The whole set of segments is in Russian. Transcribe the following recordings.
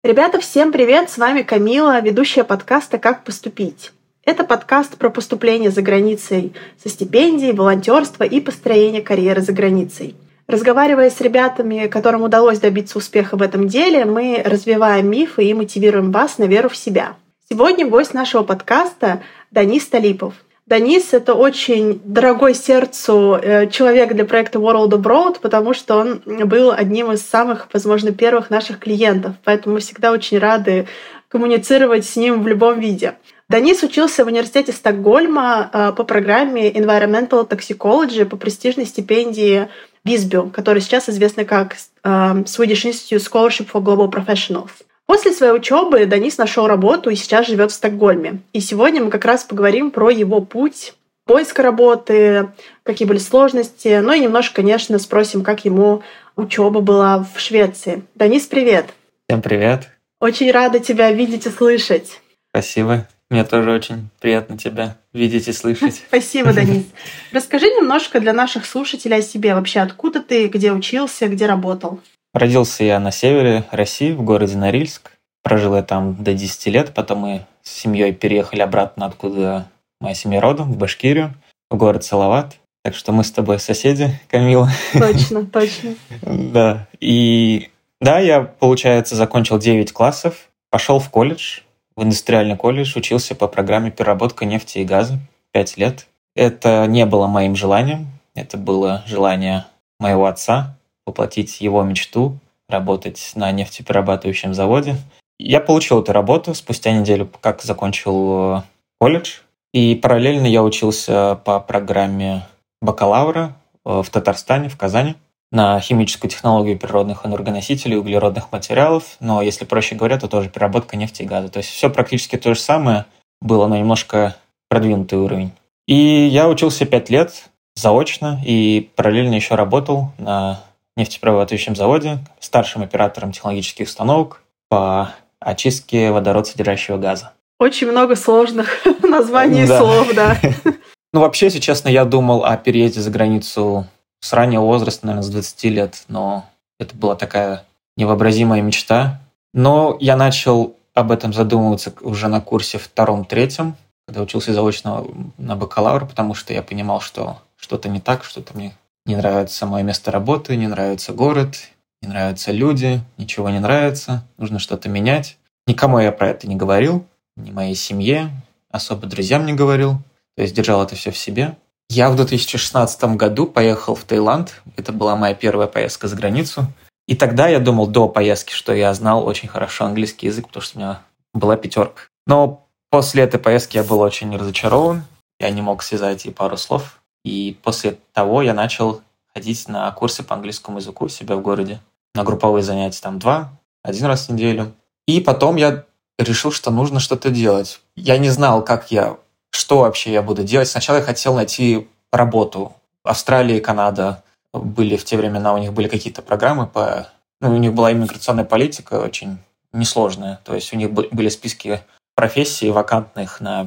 Ребята, всем привет! С вами Камила, ведущая подкаста «Как поступить». Это подкаст про поступление за границей со стипендией, волонтерство и построение карьеры за границей. Разговаривая с ребятами, которым удалось добиться успеха в этом деле, мы развиваем мифы и мотивируем вас на веру в себя. Сегодня гость нашего подкаста Данис Талипов. Данис — это очень дорогой сердцу человек для проекта World Abroad, потому что он был одним из самых, возможно, первых наших клиентов, поэтому мы всегда очень рады коммуницировать с ним в любом виде. Данис учился в университете Стокгольма по программе Environmental Toxicology по престижной стипендии Visby, которая сейчас известна как Swedish Institute Scholarship for Global Professionals. После своей учебы Данис нашел работу и сейчас живет в Стокгольме. И сегодня мы как раз поговорим про его путь поиска работы, какие были сложности, ну и немножко, конечно, спросим, как ему учеба была в Швеции. Данис, привет! Всем привет! Очень рада тебя видеть и слышать. Спасибо. Мне тоже очень приятно тебя видеть и слышать. Спасибо, Данис. Расскажи немножко для наших слушателей о себе. Вообще, откуда ты, где учился, где работал? Родился я на севере России, в городе Норильск. Прожил я там до 10 лет, потом мы с семьей переехали обратно, откуда моя семья родом, в Башкирию, в город Салават. Так что мы с тобой соседи, Камила. Точно, точно. Да. И да, я, получается, закончил 9 классов, пошел в колледж, в индустриальный колледж, учился по программе переработка нефти и газа 5 лет. Это не было моим желанием, это было желание моего отца воплотить его мечту, работать на нефтеперерабатывающем заводе. Я получил эту работу спустя неделю, как закончил колледж. И параллельно я учился по программе бакалавра в Татарстане, в Казани, на химическую технологию природных энергоносителей, углеродных материалов. Но, если проще говоря, то тоже переработка нефти и газа. То есть все практически то же самое было, но немножко продвинутый уровень. И я учился 5 лет заочно и параллельно еще работал на нефтеперерабатывающем заводе старшим оператором технологических установок по очистке водород-содержащего газа. Очень много сложных названий слов, да. Ну, вообще, если честно, я думал о переезде за границу с раннего возраста, наверное, с 20 лет, но это была такая невообразимая мечта. Но я начал об этом задумываться уже на курсе 2-3, когда учился заочно на бакалавра, потому что я понимал, что что-то не так, что-то мне не нравится мое место работы, не нравится город, не нравятся люди, ничего не нравится, нужно что-то менять. Никому я про это не говорил, ни моей семье, особо друзьям не говорил, то есть держал это все в себе. Я в 2016 году поехал в Таиланд, это была моя первая поездка за границу, и тогда я думал до поездки, что я знал очень хорошо английский язык, потому что у меня была 5. Но после этой поездки я был очень разочарован, я не мог связать и пару слов. И после того я начал ходить на курсы по английскому языку у себя в городе, на групповые занятия, там 1 раз в неделю. И потом я решил, что нужно что-то делать. Я не знал, что вообще я буду делать. Сначала я хотел найти работу. Австралия и Канада были в те времена, у них были какие-то программы у них была иммиграционная политика очень несложная. То есть у них были списки профессий вакантных на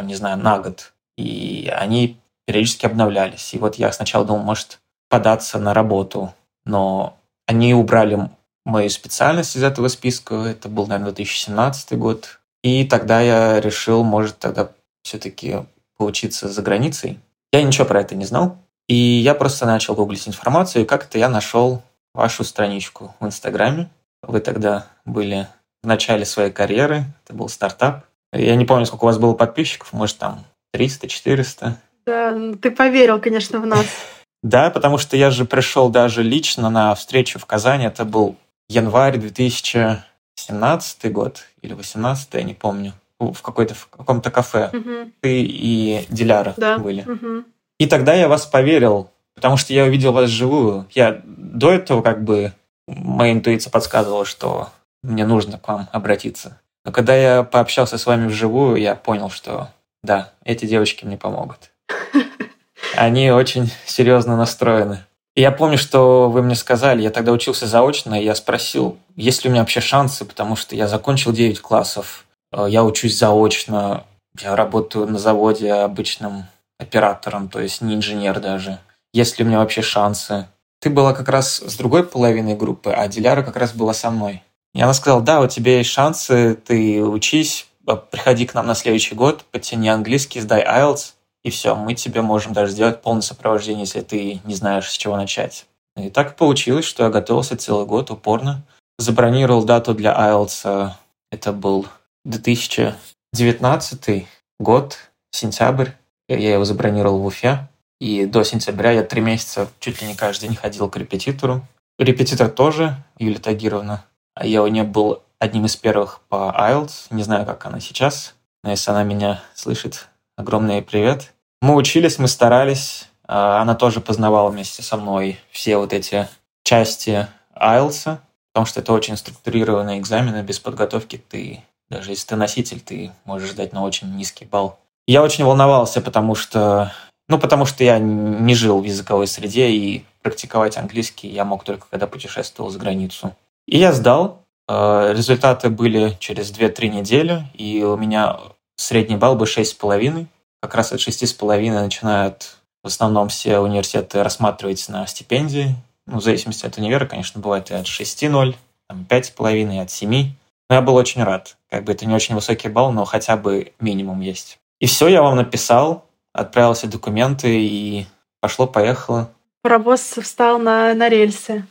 год. И они периодически обновлялись. И вот я сначала думал, может, податься на работу, но они убрали мою специальность из этого списка. Это был, наверное, 2017 год. И тогда я решил, может, тогда все-таки поучиться за границей. Я ничего про это не знал. И я просто начал гуглить информацию, и как-то я нашел вашу страничку в Инстаграме. Вы тогда были в начале своей карьеры. Это был стартап. Я не помню, сколько у вас было подписчиков. Может, там 300-400. Да, ты поверил, конечно, в нас. Да, потому что я же пришел даже лично на встречу в Казани. Это был январь 2017 год или 2018, я не помню. В каком-то кафе. Ты и Диляра были. И тогда я вас поверил, потому что я увидел вас вживую. Я до этого моя интуиция подсказывала, что мне нужно к вам обратиться. Но когда я пообщался с вами вживую, я понял, что да, эти девочки мне помогут. Они очень серьезно настроены. И я помню, что вы мне сказали, я тогда учился заочно, и я спросил, есть ли у меня вообще шансы, потому что я закончил 9 классов, я учусь заочно, я работаю на заводе обычным оператором, то есть не инженер даже. Есть ли у меня вообще шансы? Ты была как раз с другой половиной группы, а Диляра как раз была со мной. И она сказала, да, у тебя есть шансы, ты учись, приходи к нам на следующий год, подтяни английский, сдай IELTS, и все, мы тебе можем даже сделать полное сопровождение, если ты не знаешь, с чего начать. И так получилось, что я готовился целый год упорно. Забронировал дату для IELTS, это был 2019 год, сентябрь. Я его забронировал в Уфе. И до сентября я 3 месяца чуть ли не каждый день ходил к репетитору. Репетитор тоже, Юлия Тагировна. Я у нее был одним из первых по IELTS. Не знаю, как она сейчас. Но если она меня слышит, огромный привет. Мы учились, мы старались. Она тоже познавала вместе со мной все вот эти части IELTS. Потому что это очень структурированные экзамены. Без подготовки ты, даже если ты носитель, ты можешь ждать на очень низкий балл. Я очень волновался, потому что я не жил в языковой среде, и практиковать английский я мог только когда путешествовал за границу. И я сдал. Результаты были через 2-3 недели, и у меня средний балл был 6,5. Как раз от 6,5 начинают в основном все университеты рассматривать на стипендии. В зависимости от универа, конечно, бывает и от 6,0, 5,5, и от 7. Но я был очень рад. Это не очень высокий балл, но хотя бы минимум есть. И все, я вам написал, отправил все документы, и пошло-поехало. Паровоз встал на рельсы.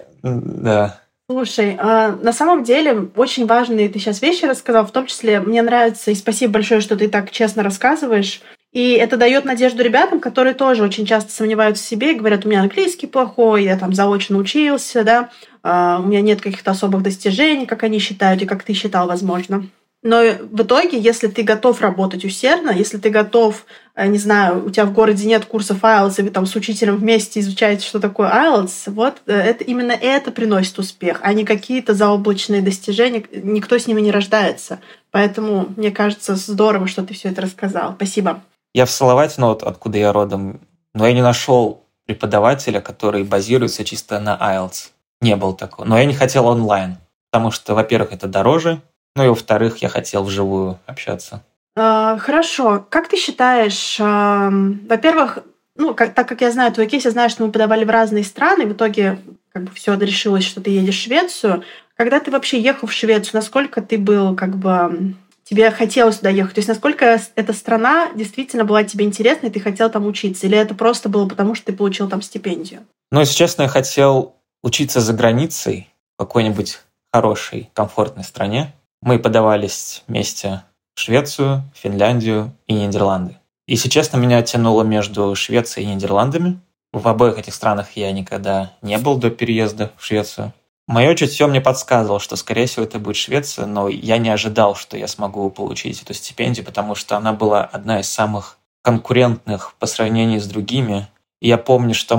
Да. Слушай, на самом деле очень важные ты сейчас вещи рассказал, в том числе мне нравится, и спасибо большое, что ты так честно рассказываешь. И это дает надежду ребятам, которые тоже очень часто сомневаются в себе и говорят, у меня английский плохой, я там заочно учился, да, у меня нет каких-то особых достижений, как они считают, и как ты считал, возможно. Но в итоге, если ты готов работать усердно, если ты готов, не знаю, у тебя в городе нет курсов IELTS, и вы там с учителем вместе изучаете, что такое IELTS, вот именно это приносит успех, а не какие-то заоблачные достижения. Никто с ними не рождается. Поэтому, мне кажется, здорово, что ты все это рассказал. Спасибо. Я в Салавате, откуда я родом, но я не нашел преподавателя, который базируется чисто на IELTS. Не было такого. Но я не хотел онлайн, потому что, во-первых, это дороже, и, во-вторых, я хотел вживую общаться. Хорошо. Как ты считаешь, во-первых, так как я знаю твой кейс, я знаю, что мы подавали в разные страны, в итоге все решилось, что ты едешь в Швецию. Когда ты вообще ехал в Швецию, насколько ты был, тебе хотелось туда ехать? То есть насколько эта страна действительно была тебе интересна, и ты хотел там учиться? Или это просто было потому, что ты получил там стипендию? Если честно, я хотел учиться за границей, в какой-нибудь хорошей, комфортной стране. Мы подавались вместе в Швецию, Финляндию и Нидерланды. И, если честно, меня тянуло между Швецией и Нидерландами. В обоих этих странах я никогда не был до переезда в Швецию. Мое чутье мне подсказывало, что, скорее всего, это будет Швеция, но я не ожидал, что я смогу получить эту стипендию, потому что она была одна из самых конкурентных по сравнению с другими. И я помню, что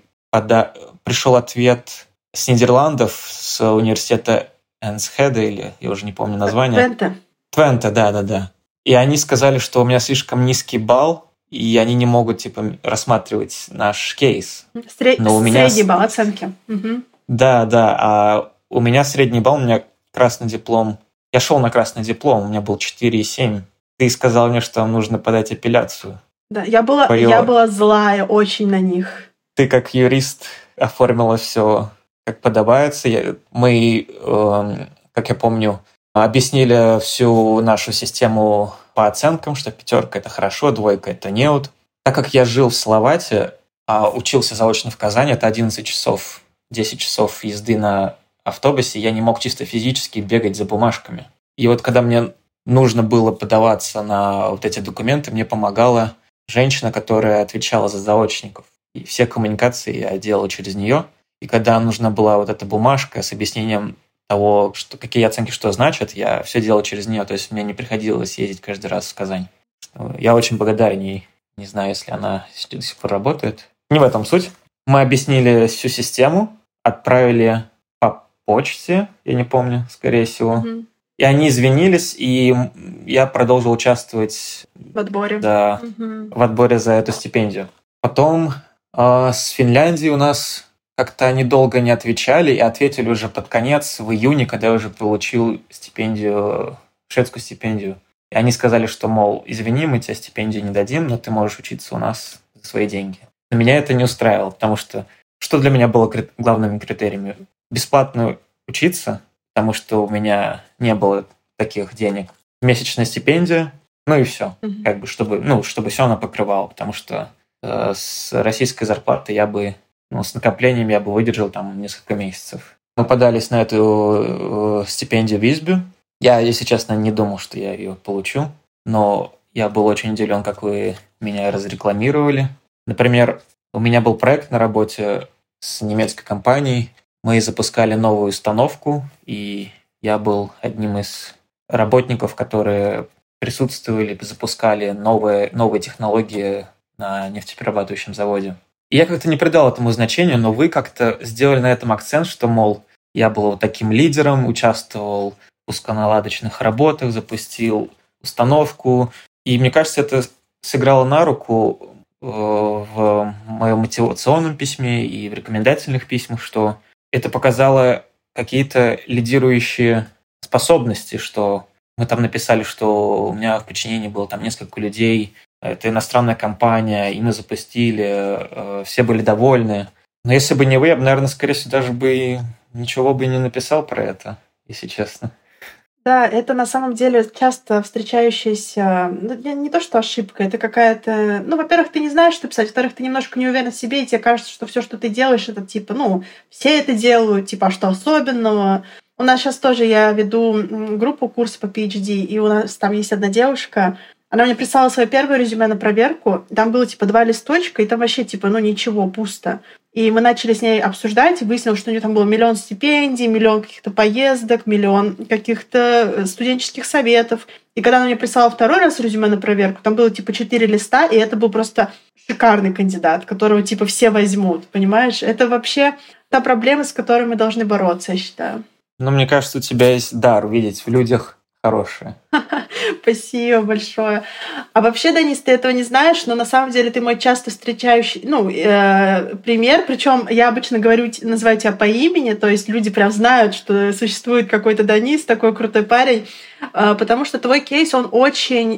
пришел ответ с Нидерландов, с университета Энсхеде, или я уже не помню название. Твенте, да. И они сказали, что у меня слишком низкий балл, и они не могут рассматривать наш кейс. Средний балл оценки. Угу. Да, а у меня средний балл, у меня красный диплом. Я шел на красный диплом, у меня был 4,7. Ты сказал мне, что нужно подать апелляцию. Да, я была злая очень на них. Ты как юрист оформила все как подобается. Мы, как я помню, объяснили всю нашу систему по оценкам, что 5 – это хорошо, 2 – это неуд. Так как я жил в Салавате, а учился заочно в Казани, это 11 часов, 10 часов езды на автобусе, я не мог чисто физически бегать за бумажками. И когда мне нужно было подаваться на вот эти документы, мне помогала женщина, которая отвечала за заочников. И все коммуникации я делал через нее. И когда нужна была вот эта бумажка с объяснением того, какие оценки что значат, я все делал через нее. То есть мне не приходилось ездить каждый раз в Казань. Я очень благодарен ей. Не знаю, если она до сих пор работает. Не в этом суть. Мы объяснили всю систему, отправили по почте, я не помню, скорее всего. Mm-hmm. И они извинились, и я продолжил участвовать в отборе. Да, в отборе за эту стипендию. Потом с Финляндией у нас как-то они долго не отвечали, и ответили уже под конец, в июне, когда я уже получил стипендию, шведскую стипендию. И они сказали, что, мол, извини, мы тебе стипендию не дадим, но ты можешь учиться у нас за свои деньги. Но меня это не устраивало, потому что для меня было главными критериями? Бесплатно учиться, потому что у меня не было таких денег. Месячная стипендия, ну и все, как бы, чтобы все она покрывала, потому что с российской зарплаты я бы, с накоплением я бы выдержал там несколько месяцев. Мы подались на эту стипендию в Висбе. Я, если честно, не думал, что я ее получу, но я был очень удивлен, как вы меня разрекламировали. Например, у меня был проект на работе с немецкой компанией. Мы запускали новую установку, и я был одним из работников, которые присутствовали, запускали новые технологии на нефтеперерабатывающем заводе. И я как-то не придал этому значению, но вы как-то сделали на этом акцент, что, мол, я был вот таким лидером, участвовал в пусконаладочных работах, запустил установку. И мне кажется, это сыграло на руку в моем мотивационном письме и в рекомендательных письмах, что это показало какие-то лидирующие способности, что мы там написали, что у меня в подчинении было там несколько людей, это иностранная компания, и мы запустили, все были довольны. Но если бы не вы, я бы, наверное, скорее всего, даже бы ничего бы не написал про это, если честно. Да, это на самом деле часто встречающаяся, не то что ошибка, это какая-то... во-первых, ты не знаешь, что писать, во-вторых, ты немножко не уверен в себе, и тебе кажется, что все, что ты делаешь, это типа, все это делают, типа, а что особенного? У нас сейчас тоже, я веду группу курса по PhD, и у нас там есть одна девушка, она мне прислала свое первое резюме на проверку, там было типа 2 листочка, и там вообще типа, ничего, пусто. И мы начали с ней обсуждать, и выяснилось, что у нее там было 1 миллион стипендий, 1 миллион каких-то поездок, 1 миллион каких-то студенческих советов. И когда она мне прислала 2-й раз резюме на проверку, там было типа 4 листа, и это был просто шикарный кандидат, которого типа все возьмут, понимаешь? Это вообще та проблема, с которой мы должны бороться, я считаю. Мне кажется, у тебя есть дар видеть в людях хорошее. Спасибо большое. А вообще, Денис, ты этого не знаешь, но на самом деле ты мой часто встречающий пример. Причем я обычно называю тебя по имени, то есть люди прям знают, что существует какой-то Денис, такой крутой парень, потому что твой кейс, он очень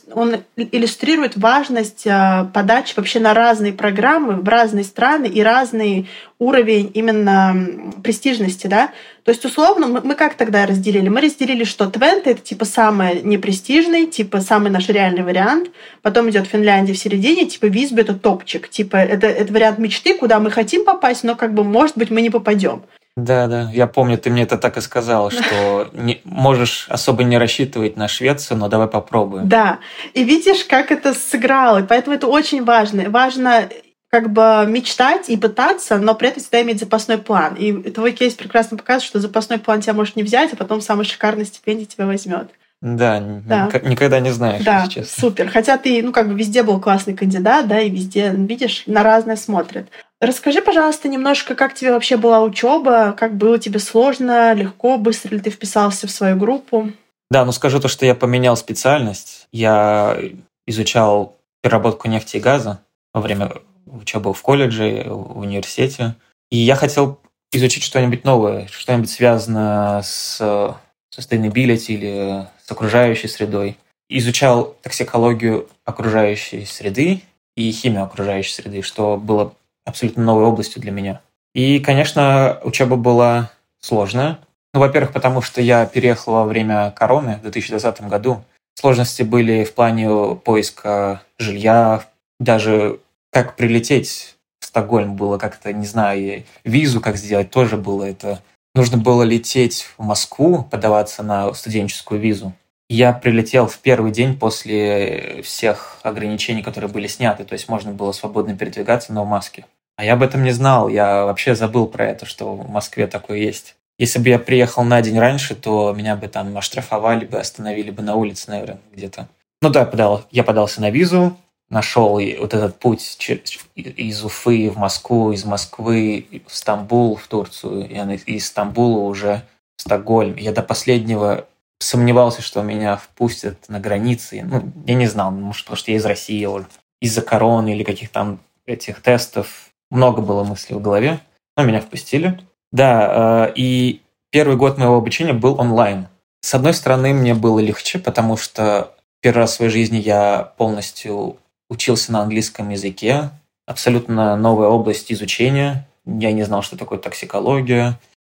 иллюстрирует важность подачи вообще на разные программы в разные страны и разный уровень именно престижности, да? То есть, условно, мы как тогда разделили? Мы разделили, что Твенте — это типа самый непрестижный, типа самый наш реальный вариант. Потом идет Финляндия в середине, типа Висбе — это топчик. Типа это вариант мечты, куда мы хотим попасть, но может быть, мы не попадем. Да, я помню, ты мне это так и сказала, что можешь особо не рассчитывать на Швецию, но давай попробуем. Да, и видишь, как это сыграло, и поэтому это очень важно. Важно как бы мечтать и пытаться, но при этом всегда иметь запасной план. И твой кейс прекрасно показывает, что запасной план тебя может не взять, а потом самая шикарная стипендия тебя возьмет. Да. Никогда не знаешь, да, если честно. Супер. Хотя ты, везде был классный кандидат, да, и везде, видишь, на разное смотрят. Расскажи, пожалуйста, немножко, как тебе вообще была учеба, как было тебе сложно, легко, быстро ли ты вписался в свою группу? Да, скажу то, что я поменял специальность. Я изучал переработку нефти и газа во время учебы в колледже, в университете. И я хотел изучить что-нибудь новое, что-нибудь связанное с sustainability или с окружающей средой. Изучал токсикологию окружающей среды и химию окружающей среды, что было абсолютно новой областью для меня. И, конечно, учеба была сложная. Во-первых, потому что я переехал во время короны в 2020 году. Сложности были в плане поиска жилья, даже как прилететь в Стокгольм было как-то, не знаю, визу как сделать тоже было это. Нужно было лететь в Москву, подаваться на студенческую визу. Я прилетел в первый день после всех ограничений, которые были сняты, то есть можно было свободно передвигаться, но в маске. А я об этом не знал, я вообще забыл про это, что в Москве такое есть. Если бы я приехал на день раньше, то меня бы там оштрафовали бы, остановили бы на улице, наверное, где-то. Я подался на визу, нашел вот этот путь из Уфы в Москву, из Москвы в Стамбул, в Турцию, и из Стамбула уже в Стокгольм. Я до последнего сомневался, что меня впустят на границе. Я не знал, может, потому что я из России, из-за короны или каких-то там этих тестов. Много было мыслей в голове, но меня впустили. Да, и первый год моего обучения был онлайн. С одной стороны, мне было легче, потому что первый раз в своей жизни я полностью учился на английском языке. Абсолютно новая область изучения. Я не знал, что такое токсикология.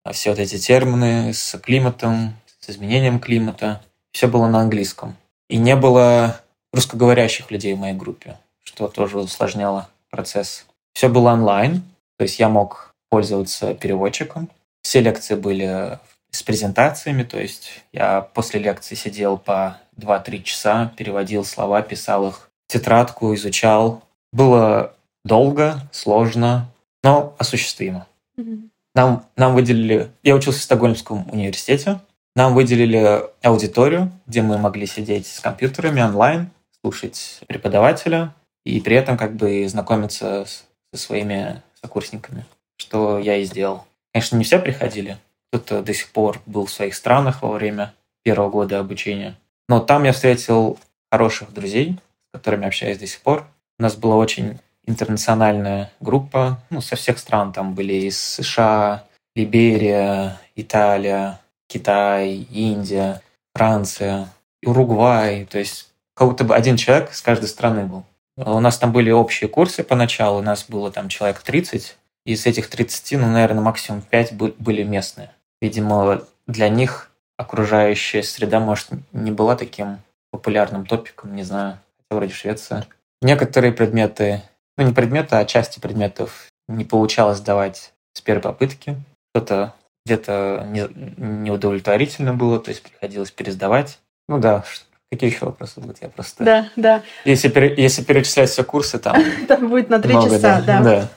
все вот эти термины с климатом, с изменением климата, все было на английском. И не было русскоговорящих людей в моей группе, что тоже усложняло процесс. Все было онлайн, то есть я мог пользоваться переводчиком. Все лекции были с презентациями, то есть я после лекции сидел по 2-3 часа, переводил слова, писал их в тетрадку, изучал. Было долго, сложно, но осуществимо. Нам выделили... Я учился в Стокгольмском университете. Нам выделили аудиторию, где мы могли сидеть с компьютерами онлайн, слушать преподавателя и при этом как бы знакомиться со своими сокурсниками, что я и сделал. Конечно, не все приходили. Кто-то до сих пор был в своих странах во время первого года обучения. Но там я встретил хороших друзей, с которыми общаюсь до сих пор. У нас была очень интернациональная группа, со всех стран. Там были из США, Либерия, Италия, Китай, Индия, Франция, Уругвай. То есть как будто бы один человек с каждой страны был. У нас там были общие курсы поначалу, у нас было там человек 30. Из этих 30, наверное, максимум 5 были местные. Видимо, для них окружающая среда, может, не была таким популярным топиком, не знаю, хотя вроде Швеция. Некоторые предметы, не предметы, а части предметов не получалось сдавать с первой попытки. Что-то где-то неудовлетворительно было, то есть приходилось пересдавать. Какие еще вопросы будут? Я просто... Да. Если перечислять все курсы, там... Там будет на 3 часа, да.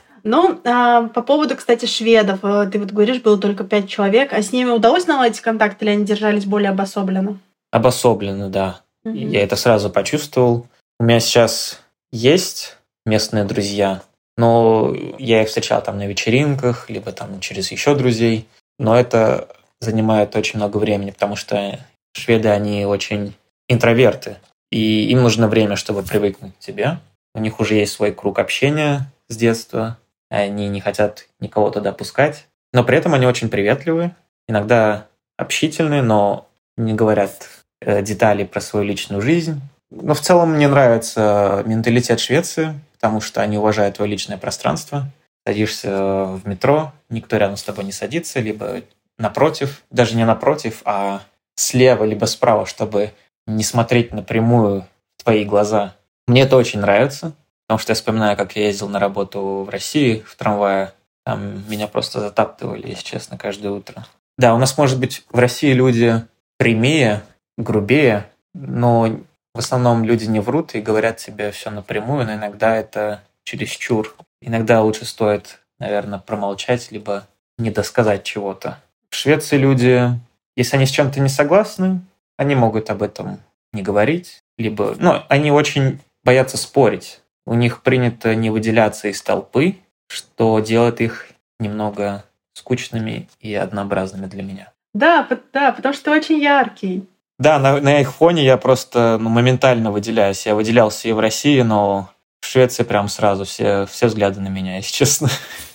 По поводу, кстати, шведов. Ты вот говоришь, было только 5 человек. А с ними удалось наладить контакт или они держались более обособленно? Обособленно, да. Я это сразу почувствовал. У меня сейчас есть местные друзья, но я их встречал там на вечеринках, либо там через еще друзей. Но это занимает очень много времени, потому что шведы, они очень интроверты. И им нужно время, чтобы привыкнуть к тебе. У них уже есть свой круг общения с детства. Они не хотят никого туда пускать. Но при этом они очень приветливые, иногда общительные, но не говорят деталей про свою личную жизнь. Но в целом мне нравится менталитет Швеции, потому что они уважают твое личное пространство. Садишься в метро, никто рядом с тобой не садится, либо напротив, даже не напротив, а слева, либо справа, чтобы не смотреть напрямую в твои глаза. Мне это очень нравится. Потому что я вспоминаю, как я ездил на работу в России в трамвае. Там меня просто затаптывали, если честно, каждое утро. Да, у нас, может быть, в России люди прямее, грубее, но в основном люди не врут и говорят тебе все напрямую, но иногда это чересчур. Иногда лучше стоит, наверное, промолчать, либо не досказать чего-то. В Швеции люди, если они с чем-то не согласны, они могут об этом не говорить, либо... они очень боятся спорить. У них принято не выделяться из толпы, что делает их немного скучными и однообразными для меня. Да, потому что ты очень яркий. Да, на их фоне я просто моментально выделяюсь. Я выделялся и в России, но в Швеции прям сразу все взгляды на меня, если честно.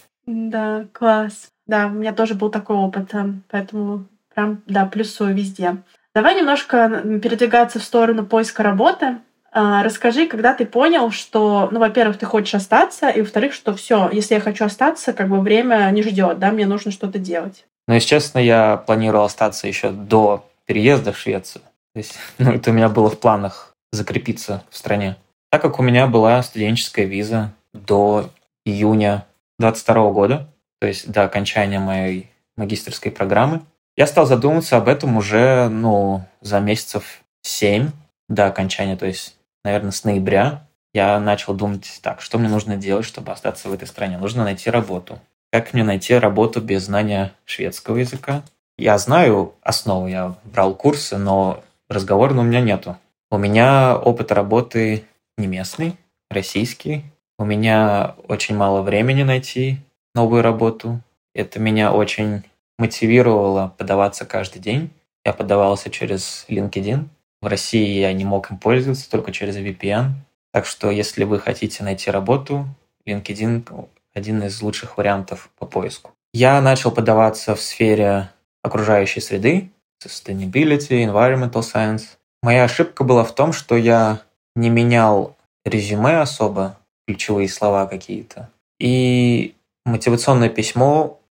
Да, класс. Да, у меня тоже был такой опыт, поэтому прям, плюсую везде. Давай немножко передвигаться в сторону поиска работы. Расскажи, когда ты понял, что, во-первых, ты хочешь остаться, и, во-вторых, что все, если я хочу остаться, время не ждет, мне нужно что-то делать. Если честно, я планировал остаться еще до переезда в Швецию. То есть, это у меня было в планах закрепиться в стране. Так как у меня была студенческая виза до июня 2022 года, то есть до окончания моей магистерской программы, я стал задумываться об этом уже, за месяцев 7 до окончания, то есть, наверное, с ноября я начал думать, что мне нужно делать, чтобы остаться в этой стране. Нужно найти работу. Как мне найти работу без знания шведского языка? Я знаю основу, я брал курсы, но разговорного у меня нету. У меня опыт работы не местный, российский. У меня очень мало времени найти новую работу. Это меня очень мотивировало подаваться каждый день. Я подавался через LinkedIn. В России я не мог им пользоваться, только через VPN. Так что, если вы хотите найти работу, LinkedIn – один из лучших вариантов по поиску. Я начал подаваться в сфере окружающей среды, sustainability, environmental science. Моя ошибка была в том, что я не менял резюме особо, ключевые слова какие-то. И мотивационное письмо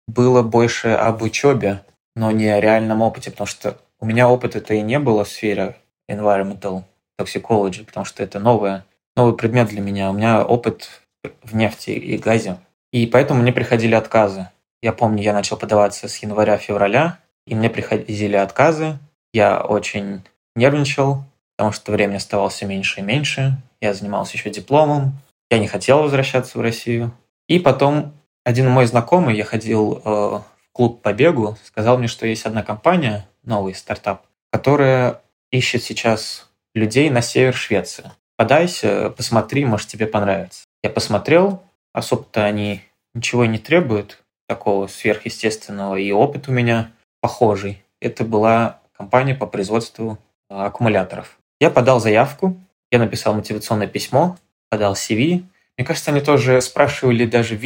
было больше об учебе, но не о реальном опыте, потому что у меня опыта это и не было в сфере environmental toxicology, потому что это новый предмет для меня. У меня опыт в нефти и газе. И поэтому мне приходили отказы. Я помню, я начал подаваться с января-февраля, и мне приходили отказы. Я очень нервничал, потому что времени оставалось все меньше и меньше. Я занимался еще дипломом. Я не хотел возвращаться в Россию. И потом один мой знакомый, я ходил в клуб по бегу, сказал мне, что есть одна компания, новый стартап, которая ищет сейчас людей на север Швеции. Подайся, посмотри, может, тебе понравится. Я посмотрел, особо-то они ничего не требуют такого сверхъестественного, и опыт у меня похожий. Это была компания по производству аккумуляторов. Я подал заявку, я написал мотивационное письмо, подал CV. Мне кажется, они тоже спрашивали даже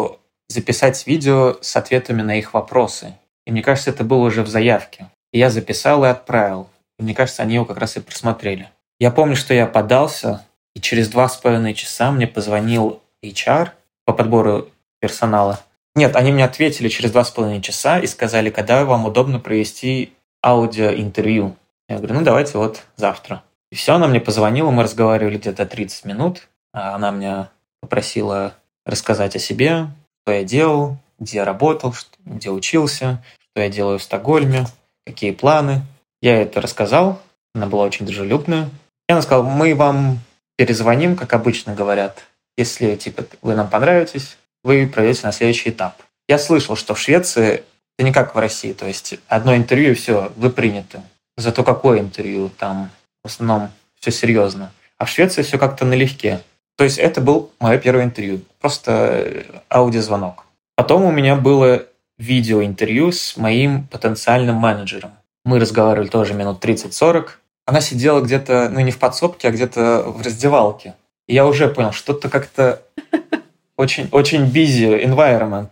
записать видео с ответами на их вопросы. И мне кажется, это было уже в заявке. И я записал и отправил. И мне кажется, они его как раз и просмотрели. Я помню, что я подался, и через 2,5 часа мне позвонил HR по подбору персонала. Нет, они мне ответили через 2,5 часа и сказали, когда вам удобно провести аудиоинтервью. Я говорю, давайте вот завтра. И все, она мне позвонила, мы разговаривали где-то 30 минут. Она меня попросила рассказать о себе, что я делал, где я работал, где учился, что я делаю в Стокгольме, какие планы. Я это рассказал, она была очень дружелюбная. И она сказала, мы вам перезвоним, как обычно говорят. Если вы нам понравитесь, вы пройдете на следующий этап. Я слышал, что в Швеции это не как в России, то есть одно интервью и все, вы приняты. Зато какое интервью? Там в основном все серьезно. А в Швеции все как-то налегке. То есть это был мое первое интервью, просто аудиозвонок. Потом у меня было видеоинтервью с моим потенциальным менеджером. Мы разговаривали тоже минут 30-40. Она сидела где-то, не в подсобке, а где-то в раздевалке. И я уже понял, что-то как-то очень busy environment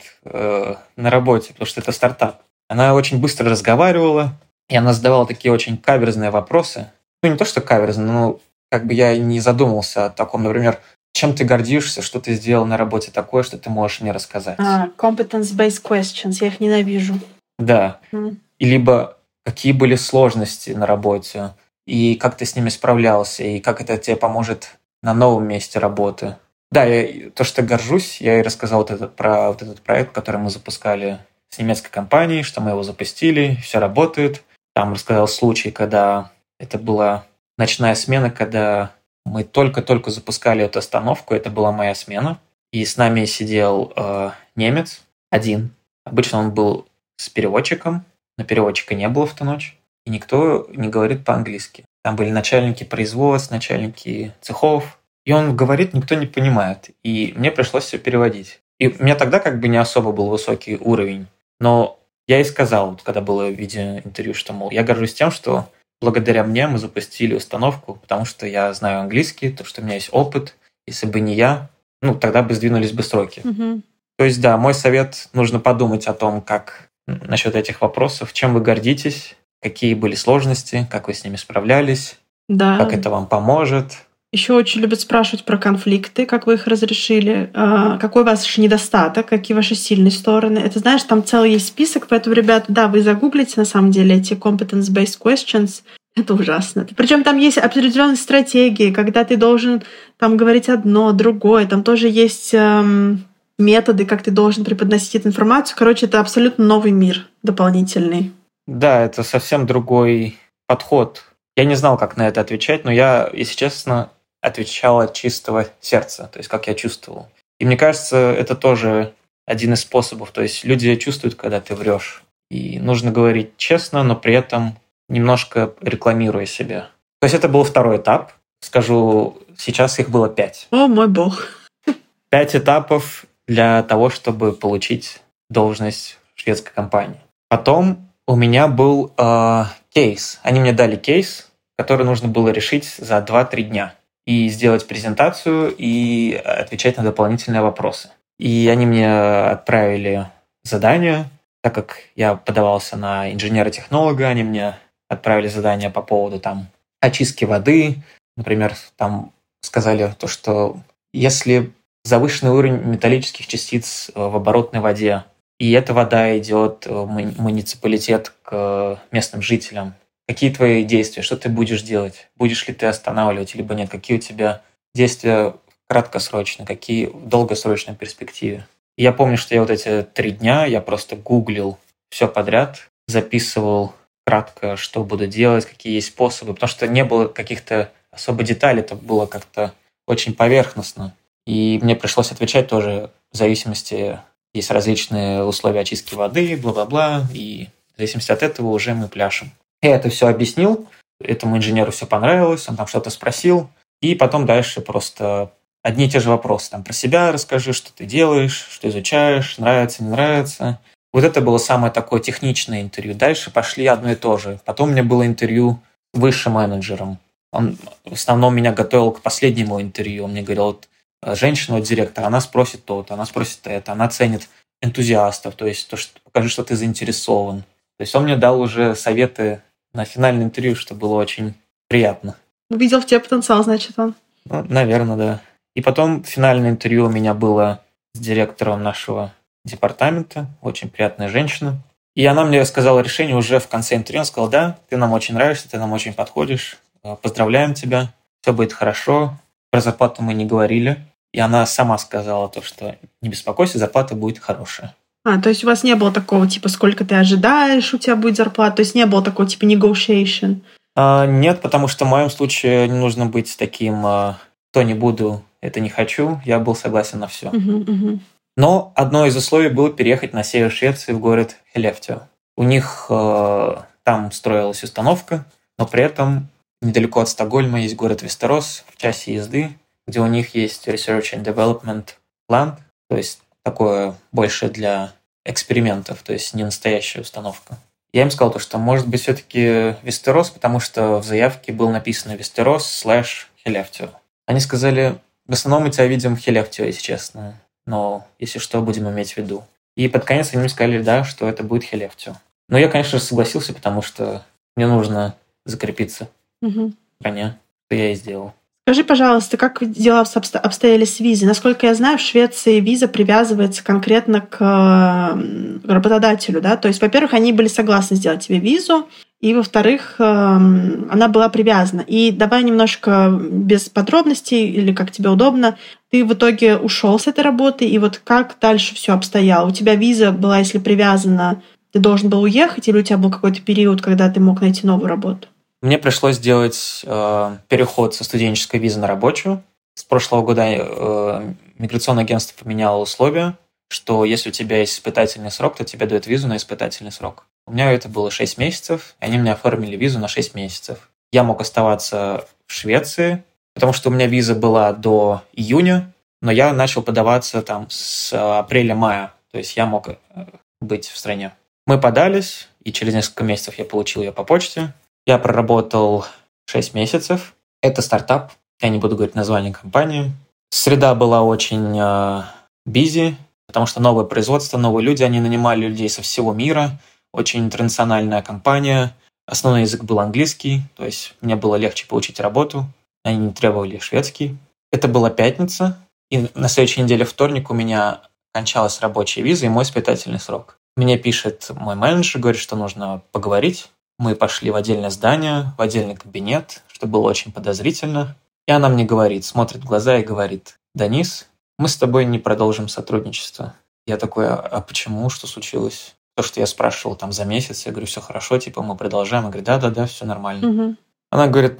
на работе, потому что это стартап. Она очень быстро разговаривала, и она задавала такие очень каверзные вопросы. Не то, что каверзные, но я не задумывался о таком, например, чем ты гордишься, что ты сделал на работе такое, что ты можешь мне рассказать. Competence-based questions, я их ненавижу. Да. И либо какие были сложности на работе, и как ты с ними справлялся, и как это тебе поможет на новом месте работы. Да, то, что горжусь, я и рассказал про этот проект, который мы запускали с немецкой компанией, что мы его запустили, все работает. Там рассказал случай, когда это была ночная смена, когда мы только-только запускали эту остановку, это была моя смена, и с нами сидел немец один. Обычно он был с переводчиком, но переводчика не было в ту ночь, и никто не говорит по-английски. Там были начальники производств, начальники цехов, и он говорит, никто не понимает, и мне пришлось все переводить. И у меня тогда не особо был высокий уровень, но я и сказал, когда было видеоинтервью, что, мол, я горжусь тем, что благодаря мне мы запустили установку, потому что я знаю английский, то, что у меня есть опыт. Если бы не я, тогда бы сдвинулись бы сроки. Угу. То есть, да, мой совет, нужно подумать о том, как насчет этих вопросов, чем вы гордитесь, какие были сложности, как вы с ними справлялись, как это вам поможет. Еще очень любят спрашивать про конфликты, как вы их разрешили, какой ваш недостаток, какие ваши сильные стороны. Это, знаешь, там целый есть список, поэтому, ребята, да, вы загуглите, на самом деле, эти competence-based questions. Это ужасно. Причем там есть определенные стратегии, когда ты должен там говорить одно, другое. Там тоже есть методы, как ты должен преподносить эту информацию. Короче, это абсолютно новый мир дополнительный. Да, это совсем другой подход. Я не знал, как на это отвечать, но я, если честно, отвечал от чистого сердца, то есть как я чувствовал. И мне кажется, это тоже один из способов. То есть люди чувствуют, когда ты врешь. И нужно говорить честно, но при этом немножко рекламируя себя. То есть это был второй этап. Скажу, сейчас их было 5. О, мой бог. 5 этапов для того, чтобы получить должность в шведской компании. Потом у меня был кейс. Они мне дали кейс, который нужно было решить за 2-3 дня. И сделать презентацию, и отвечать на дополнительные вопросы. И они мне отправили задание, так как я подавался на инженера-технолога, они мне отправили задание по поводу очистки воды. Например, там сказали то, что если завышенный уровень металлических частиц в оборотной воде и эта вода идет в муниципалитет к местным жителям. Какие твои действия? Что ты будешь делать? Будешь ли ты останавливать, либо нет? Какие у тебя действия краткосрочно, какие в долгосрочной перспективе? И я помню, что я вот эти 3 дня я просто гуглил все подряд, записывал кратко, что буду делать, какие есть способы, потому что не было каких-то особо деталей, это было как-то очень поверхностно. И мне пришлось отвечать тоже в зависимости, есть различные условия очистки воды, бла-бла-бла, и в зависимости от этого уже мы пляшем. Я это все объяснил, этому инженеру все понравилось, он там что-то спросил, и потом дальше просто одни и те же вопросы. Там про себя расскажи, что ты делаешь, что изучаешь, нравится, не нравится. Вот это было самое такое техничное интервью. Дальше пошли одно и то же. Потом у меня было интервью с высшим менеджером. Он в основном меня готовил к последнему интервью. Он мне говорил, вот женщина, вот директор, она спросит то-то, она спросит это, она ценит энтузиастов, то есть то, что покажи, что ты заинтересован. То есть он мне дал уже советы на финальное интервью, что было очень приятно. Увидел в тебе потенциал, значит, он. Ну, наверное, да. И потом финальное интервью у меня было с директором нашего департамента, очень приятная женщина. И она мне сказала решение уже в конце интервью. Она сказала, да, ты нам очень нравишься, ты нам очень подходишь, поздравляем тебя, все будет хорошо. Про зарплату мы не говорили. И она сама сказала то, что не беспокойся, зарплата будет хорошая. То есть у вас не было такого, типа, сколько ты ожидаешь, у тебя будет зарплата? То есть не было такого, типа, negotiation? Нет, потому что в моем случае не нужно быть таким, то не буду, это не хочу. Я был согласен на все. Но одно из условий было переехать на север Швеции в город Хелефтио. У них там строилась установка, но при этом недалеко от Стокгольма есть город Вестерос в часе езды, где у них есть Research and Development Plant, то есть такое больше для экспериментов, то есть не настоящая установка. Я им сказал, что может быть все-таки Вестерос, потому что в заявке было написано Вестерос/Хелефтио. Они сказали, в основном мы тебя видим в Хелефтио, если честно, но если что, будем иметь в виду. И под конец они мне сказали, да, что это будет Хелефтио. Но я, конечно же, согласился, потому что мне нужно закрепиться в стране, что я и сделал. Скажи, пожалуйста, как дела обстояли с визой? Насколько я знаю, в Швеции виза привязывается конкретно к работодателю, да? То есть, во-первых, они были согласны сделать тебе визу, и, во-вторых, она была привязана. И давай немножко без подробностей, или как тебе удобно, ты в итоге ушел с этой работы, и вот как дальше все обстояло? У тебя виза была, если привязана, ты должен был уехать, или у тебя был какой-то период, когда ты мог найти новую работу? Мне пришлось сделать переход со студенческой визы на рабочую. С прошлого года миграционное агентство поменяло условия, что если у тебя есть испытательный срок, то тебе дают визу на испытательный срок. У меня это было 6 месяцев, и они мне оформили визу на 6 месяцев. Я мог оставаться в Швеции, потому что у меня виза была до июня, но я начал подаваться там с апреля-мая, то есть я мог быть в стране. Мы подались, и через несколько месяцев я получил ее по почте. Я проработал 6 месяцев. Это стартап. Я не буду говорить название компании. Среда была очень бизи, потому что новое производство, новые люди. Они нанимали людей со всего мира. Очень интернациональная компания. Основной язык был английский, то есть мне было легче получить работу. Они не требовали шведский. Это была пятница. И на следующей неделе вторник у меня кончалась рабочая виза и мой испытательный срок. Мне пишет мой менеджер, говорит, что нужно поговорить. Мы пошли в отдельное здание, в отдельный кабинет, что было очень подозрительно. И она мне говорит, смотрит в глаза и говорит, Данис, мы с тобой не продолжим сотрудничество. Я такой, а почему? Что случилось? То, что я спрашивал там за месяц, я говорю, все хорошо, типа мы продолжаем. Она говорит, да, все нормально. Она говорит,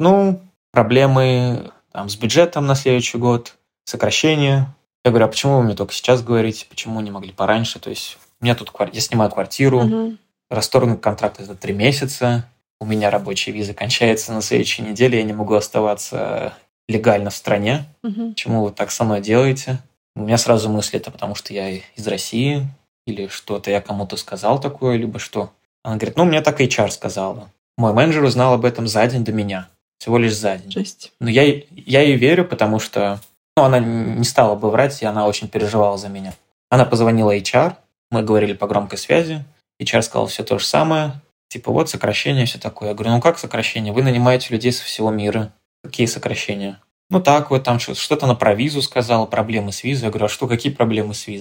проблемы там, с бюджетом на следующий год, сокращение. Я говорю, а почему вы мне только сейчас говорите? Почему не могли пораньше? То есть у меня тут я снимаю квартиру, расторгнут контракт это 3 месяца, у меня рабочая виза кончается на следующей неделе, я не могу оставаться легально в стране. Почему вы так со мной делаете? У меня сразу мысли, это потому что я из России, или что-то я кому-то сказал такое, либо что. Она говорит, мне так HR сказала. Мой менеджер узнал об этом за день до меня. Всего лишь за день. Жесть. Но я ей верю, потому что она не стала бы врать, и она очень переживала за меня. Она позвонила HR, мы говорили по громкой связи. HR сказал все то же самое. Типа, вот сокращение, все такое. Я говорю, как сокращение? Вы нанимаете людей со всего мира. Какие сокращения? Так вот, там что-то она про визу сказала, проблемы с визой. Я говорю, а что, какие проблемы с визой?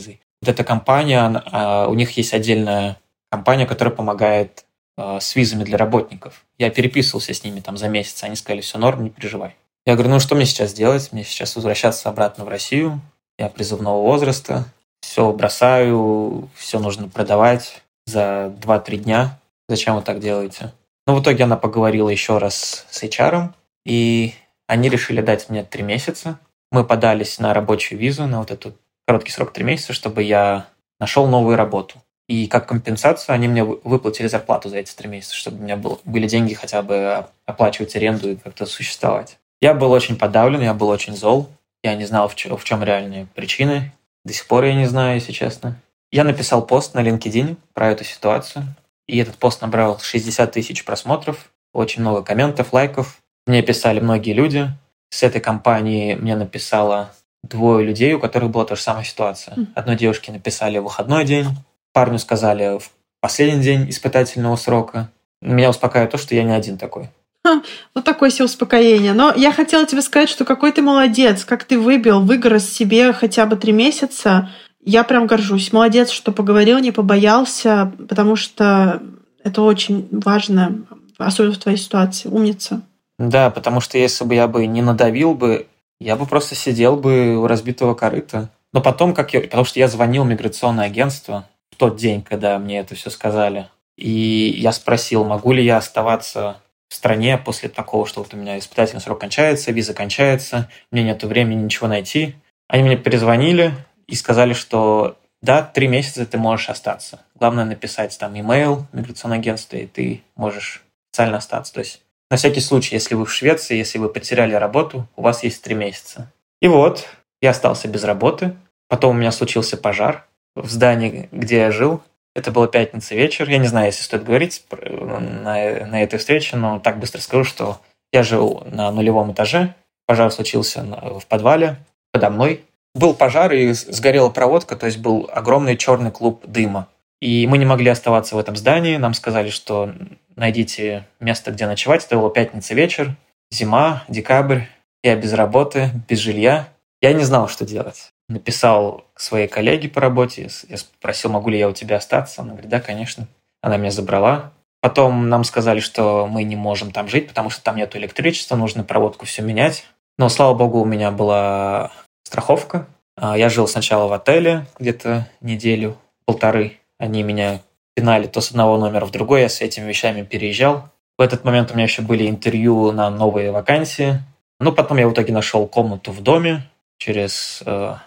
Вот эта компания, у них есть отдельная компания, которая помогает с визами для работников. Я переписывался с ними там за месяц, они сказали, все норм, не переживай. Я говорю, ну что мне сейчас делать? Мне сейчас возвращаться обратно в Россию, я призывного возраста, все бросаю, все нужно продавать за 2-3 дня. Зачем вы так делаете? Но в итоге она поговорила еще раз с HR, и они решили дать мне 3 месяца. Мы подались на рабочую визу, на вот этот короткий срок 3 месяца, чтобы я нашел новую работу. И как компенсацию они мне выплатили зарплату за эти 3 месяца, чтобы у меня были деньги хотя бы оплачивать аренду и как-то существовать. Я был очень подавлен, я был очень зол. Я не знал, в чем реальные причины. До сих пор я не знаю, если честно. Я написал пост на LinkedIn про эту ситуацию. И этот пост набрал 60 тысяч просмотров, очень много комментов, лайков. Мне писали многие люди. С этой компании мне написало 2 людей, у которых была та же самая ситуация. Одной девушке написали в выходной день, парню сказали в последний день испытательного срока. Меня успокаивает то, что я не один такой. Вот такое себе успокоение. Но я хотела тебе сказать, что какой ты молодец, как ты выгрыз себе хотя бы 3 месяца. Я прям горжусь. Молодец, что поговорил, не побоялся, потому что это очень важно, особенно в твоей ситуации. Умница. Да, потому что если бы я бы не надавил бы, я бы просто сидел бы у разбитого корыта. Но потом, потому что я звонил в миграционное агентство в тот день, когда мне это все сказали, и я спросил, могу ли я оставаться в стране после такого, что вот у меня испытательный срок кончается, виза кончается, мне нет времени ничего найти. Они мне перезвонили и сказали, что да, 3 месяца ты можешь остаться. Главное написать там имейл в миграционное агентство, и ты можешь официально остаться. То есть на всякий случай, если вы в Швеции, если вы потеряли работу, у вас есть 3 месяца. И вот, я остался без работы. Потом у меня случился пожар в здании, где я жил. Это была пятница вечер. Я не знаю, если стоит говорить на этой встрече, но так быстро скажу, что я жил на 0-м этаже. Пожар случился в подвале подо мной. Был пожар, и сгорела проводка, то есть был огромный черный клуб дыма. И мы не могли оставаться в этом здании. Нам сказали, что найдите место, где ночевать. Это была пятница вечер, зима, декабрь. Я без работы, без жилья. Я не знал, что делать. Написал к своей коллеге по работе. Я спросил, могу ли я у тебя остаться. Она говорит, да, конечно. Она меня забрала. Потом нам сказали, что мы не можем там жить, потому что там нет электричества, нужно проводку все менять. Но, слава богу, у меня была страховка. Я жил сначала в отеле где-то 1-1.5. Они меня пинали то с одного номера в другой, я с этими вещами переезжал. В этот момент у меня еще были интервью на новые вакансии. Ну, потом я в итоге нашел комнату в доме через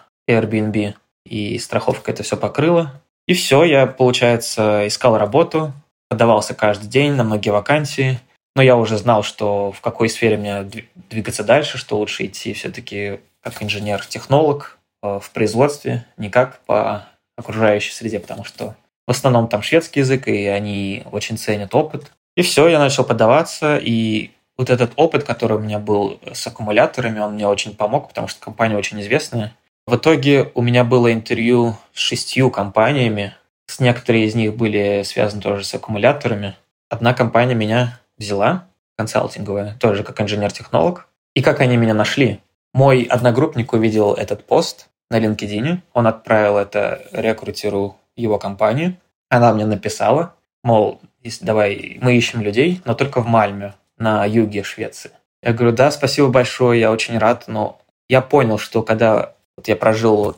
Airbnb, и страховка это все покрыла. И все, я, получается, искал работу, подавался каждый день на многие вакансии, но я уже знал, что в какой сфере мне двигаться дальше, что лучше идти все-таки как инженер-технолог в производстве, не как по окружающей среде, потому что в основном там шведский язык, и они очень ценят опыт. И все, я начал подаваться, и вот этот опыт, который у меня был с аккумуляторами, он мне очень помог, потому что компания очень известная. В итоге у меня было интервью с 6 компаниями, некоторые из них были связаны тоже с аккумуляторами. Одна компания меня взяла, консалтинговая, тоже как инженер-технолог. И как они меня нашли? Мой одногруппник увидел этот пост на LinkedIn, он отправил это рекрутеру его компании. Она мне написала, мол, давай, мы ищем людей, но только в Мальме, на юге Швеции. Я говорю, да, спасибо большое, я очень рад, но я понял, что когда я прожил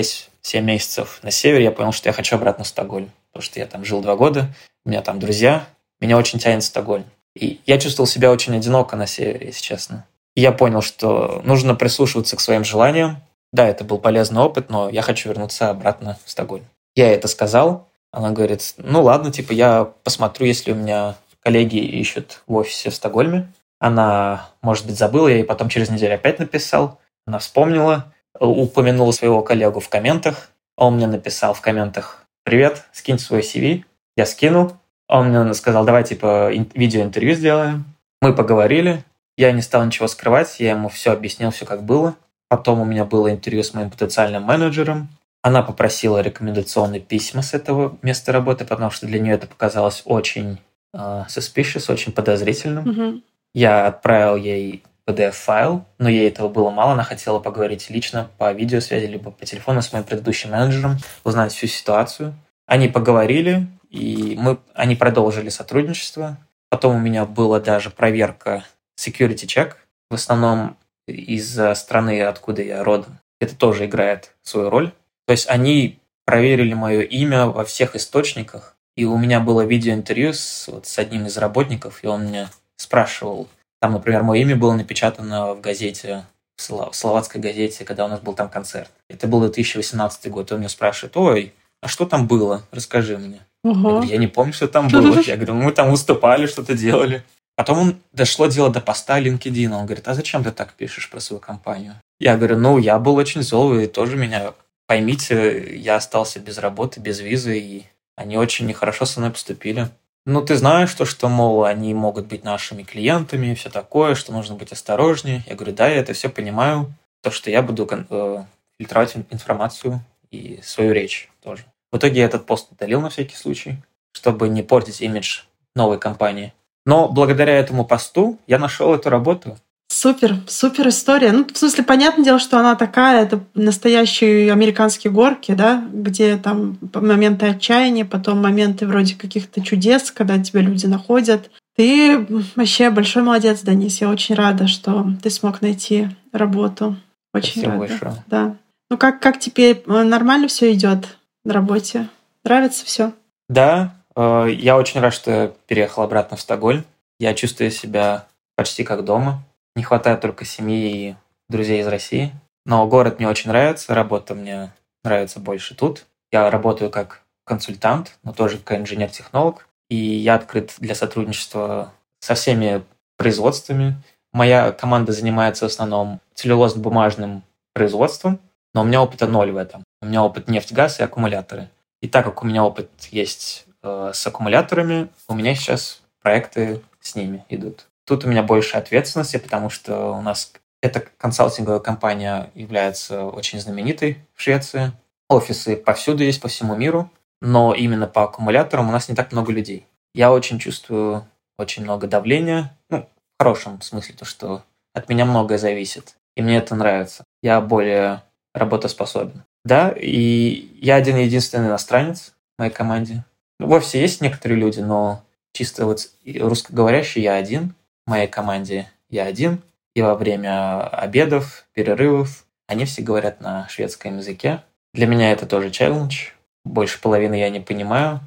6-7 месяцев на севере, я понял, что я хочу обратно в Стокгольм, потому что я там жил 2 года, у меня там друзья, меня очень тянет в Стокгольм. И я чувствовал себя очень одиноко на севере, если честно. И я понял, что нужно прислушиваться к своим желаниям. Да, это был полезный опыт, но я хочу вернуться обратно в Стокгольм. Я это сказал, она говорит, ну ладно, типа я посмотрю, если у меня коллеги ищут в офисе в Стокгольме. Она, может быть, забыла, я ей потом через неделю опять написал. Она вспомнила, упомянула своего коллегу в комментах. Он мне написал в комментах, привет, скинь свой CV. Я скинул. Он мне сказал, давай типа видеоинтервью сделаем. Мы поговорили. Я не стал ничего скрывать, я ему все объяснил, все как было. Потом у меня было интервью с моим потенциальным менеджером. Она попросила рекомендационные письма с этого места работы, потому что для нее это показалось очень suspicious, очень подозрительным. Угу. Я отправил ей PDF-файл, но ей этого было мало, она хотела поговорить лично по видеосвязи, либо по телефону с моим предыдущим менеджером, узнать всю ситуацию. Они поговорили, и они продолжили сотрудничество. Потом у меня была даже проверка security check, в основном из страны, откуда я родом. Это тоже играет свою роль. То есть они проверили мое имя во всех источниках, и у меня было видеоинтервью с одним из работников, и он меня спрашивал. Там, например, мое имя было напечатано в газете, в словацкой газете, когда у нас был там концерт. Это был 2018 год. И он меня спрашивает: ой, а что там было? Расскажи мне. Я говорю: я не помню, что там было. Я говорю: мы там выступали, что-то делали. Потом дошло дело до поста LinkedIn. Он говорит: а зачем ты так пишешь про свою компанию? Я говорю: я был очень зол, и тоже меня поймите, я остался без работы, без визы, и они очень нехорошо со мной поступили. Ты знаешь, что, мол, они могут быть нашими клиентами и все такое, что нужно быть осторожнее. Я говорю: да, я это все понимаю. То, что я буду фильтровать информацию и свою речь тоже. В итоге я этот пост удалил на всякий случай, чтобы не портить имидж новой компании. Но благодаря этому посту я нашел эту работу. Супер история. В смысле, понятное дело, что она такая, это настоящие американские горки, да, где там моменты отчаяния, потом моменты вроде каких-то чудес, когда тебя люди находят. Ты вообще большой молодец, Денис. Я очень рада, что ты смог найти работу. Очень Спасибо рада. большое. Да. Как теперь? Нормально все идет на работе? Нравится все? Да, я очень рад, что я переехал обратно в Стокгольм. Я чувствую себя почти как дома. Не хватает только семьи и друзей из России. Но город мне очень нравится, работа мне нравится больше тут. Я работаю как консультант, но тоже как инженер-технолог. И я открыт для сотрудничества со всеми производствами. Моя команда занимается в основном целлюлозно-бумажным производством, но у меня опыта 0 в этом. У меня опыт нефть, газ и аккумуляторы. И так как у меня опыт есть с аккумуляторами, у меня сейчас проекты с ними идут. Тут у меня больше ответственности, потому что у нас эта консалтинговая компания является очень знаменитой в Швеции. Офисы повсюду есть, по всему миру, но именно по аккумуляторам у нас не так много людей. Я очень чувствую очень много давления, в хорошем смысле, то, что от меня многое зависит, и мне это нравится. Я более работоспособен. Да, и я один-единственный иностранец в моей команде. В офисе есть некоторые люди, но чисто русскоговорящий я один. В моей команде я один, и во время обедов, перерывов они все говорят на шведском языке. Для меня это тоже челлендж. Больше половины я не понимаю.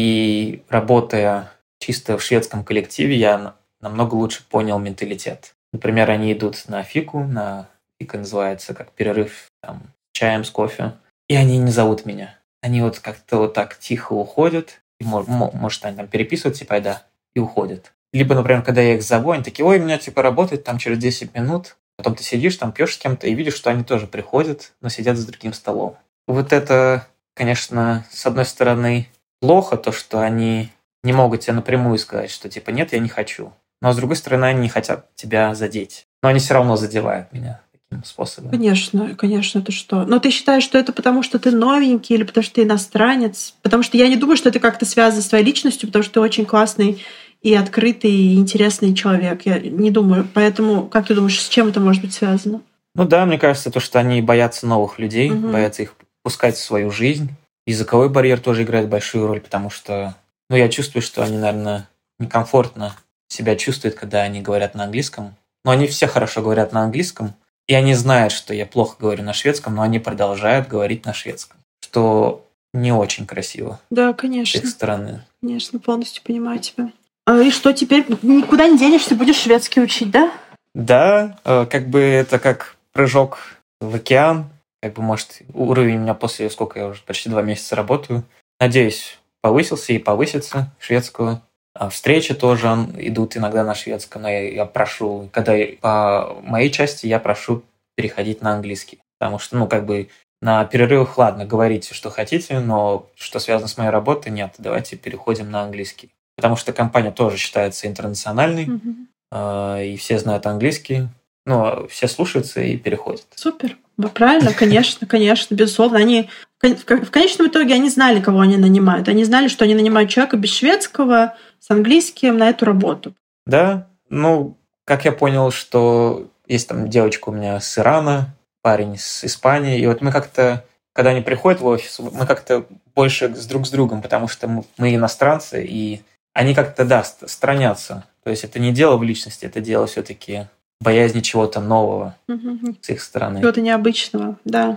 И работая чисто в шведском коллективе, я намного лучше понял менталитет. Например, они идут на фику, фика называется как перерыв там, с чаем, с кофе, и они не зовут меня. Они как-то так тихо уходят, и, может, они там переписываются, и уходят. Либо, например, когда я их зову, они такие: ой, у меня работает там через 10 минут. Потом ты сидишь, там пьешь с кем-то и видишь, что они тоже приходят, но сидят за другим столом. Это, конечно, с одной стороны, плохо, то, что они не могут тебе напрямую сказать, что нет, я не хочу. Но с другой стороны, они не хотят тебя задеть. Но они все равно задевают меня таким способом. Конечно, ты что? Но ты считаешь, что это потому, что ты новенький или потому, что ты иностранец? Потому что я не думаю, что это как-то связано с твоей личностью, потому что ты очень классный и открытый, и интересный человек. Я не думаю. Поэтому, как ты думаешь, с чем это может быть связано? Да, мне кажется, то, что они боятся новых людей, боятся их пускать в свою жизнь. Языковой барьер тоже играет большую роль, потому что, я чувствую, что они, наверное, некомфортно себя чувствуют, когда они говорят на английском. Но они все хорошо говорят на английском, и они знают, что я плохо говорю на шведском, но они продолжают говорить на шведском, что не очень красиво. Да, конечно. С их стороны. Конечно, полностью понимаю тебя. И что, теперь никуда не денешься, будешь шведский учить, да? Да, это как прыжок в океан. Может, уровень у меня после, сколько я уже почти 2 месяца работаю, надеюсь, повысился и повысится шведского. Встречи тоже идут иногда на шведском, но я прошу, по моей части я прошу переходить на английский. Потому что, на перерывах, ладно, говорите, что хотите, но что связано с моей работой, нет, давайте переходим на английский. Потому что компания тоже считается интернациональной, и все знают английский, все слушаются и переходят. Супер. Правильно, конечно, безусловно. Они в конечном итоге они знали, кого они нанимают. Они знали, что они нанимают человека без шведского, с английским на эту работу. Да, как я понял, что есть там девочка у меня с Ирана, парень с Испании, и вот мы как-то, когда они приходят в офис, мы как-то больше друг с другом, потому что мы иностранцы, и они как-то, да, сторонятся. То есть это не дело в личности, это дело все-таки боязни чего-то нового с их стороны. Чего-то необычного, да.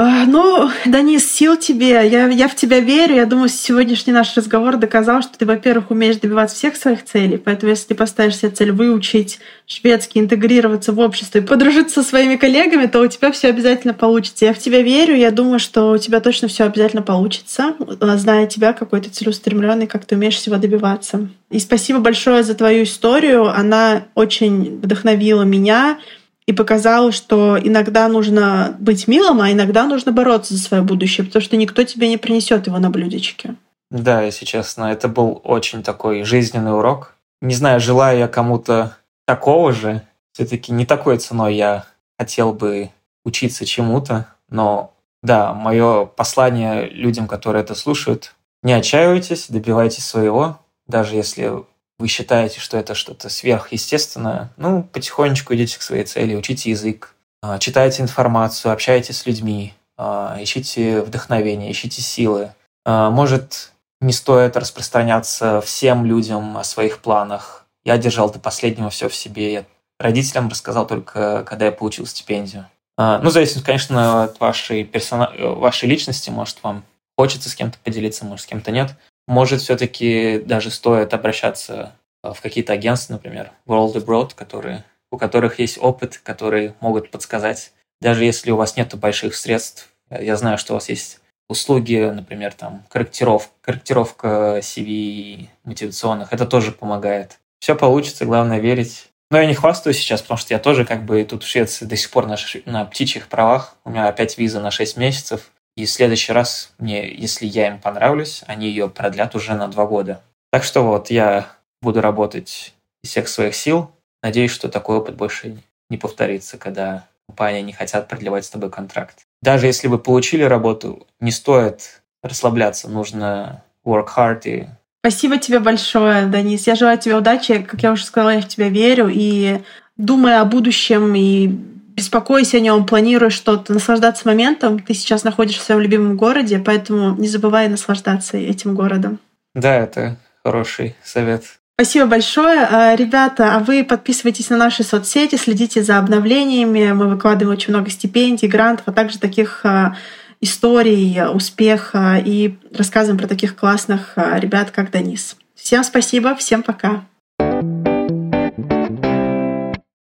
Ну, Данис, сил тебе. Я в тебя верю. Я думаю, сегодняшний наш разговор доказал, что ты, во-первых, умеешь добиваться всех своих целей. Поэтому, если ты поставишь себе цель выучить шведский, интегрироваться в общество и подружиться со своими коллегами, то у тебя все обязательно получится. Я в тебя верю. Я думаю, что у тебя точно все обязательно получится, зная тебя, какой ты целеустремленный, как ты умеешь всего добиваться. И спасибо большое за твою историю. Она очень вдохновила меня и показала, что иногда нужно быть милым, а иногда нужно бороться за свое будущее, потому что никто тебе не принесет его на блюдечке. Да, если честно, это был очень такой жизненный урок. Не знаю, желаю я кому-то такого же. Все-таки не такой ценой я хотел бы учиться чему-то, но да, мое послание людям, которые это слушают: не отчаивайтесь, добивайтесь своего, даже если вы считаете, что это что-то сверхъестественное, потихонечку идите к своей цели, учите язык, читайте информацию, общайтесь с людьми, ищите вдохновение, ищите силы. Может, не стоит распространяться всем людям о своих планах. Я держал до последнего все в себе. Я родителям рассказал только, когда я получил стипендию. В зависимости, конечно, от вашей личности. Может, вам хочется с кем-то поделиться, может, с кем-то нет. Может, все-таки даже стоит обращаться в какие-то агентства, например, World Abroad, у которых есть опыт, которые могут подсказать. Даже если у вас нет больших средств, я знаю, что у вас есть услуги, например, там корректировка CV мотивационных, это тоже помогает. Все получится, главное верить. Но я не хвастаюсь сейчас, потому что я тоже тут в Швеции до сих пор на птичьих правах. У меня опять виза на 6 месяцев. И в следующий раз, если я им понравлюсь, они ее продлят уже на 2 года. Так что я буду работать из всех своих сил. Надеюсь, что такой опыт больше не повторится, когда компании не хотят продлевать с тобой контракт. Даже если вы получили работу, не стоит расслабляться, нужно work hard. Спасибо тебе большое, Данис. Я желаю тебе удачи. Как я уже сказала, я в тебя верю. И думая о будущем, и беспокойся о нем, планируй что-то, наслаждаться моментом. Ты сейчас находишься в своем любимом городе, поэтому не забывай наслаждаться этим городом. Да, это хороший совет. Спасибо большое. Ребята, а вы подписывайтесь на наши соцсети, следите за обновлениями. Мы выкладываем очень много стипендий, грантов, а также таких историй успеха и рассказываем про таких классных ребят, как Данис. Всем спасибо, всем пока.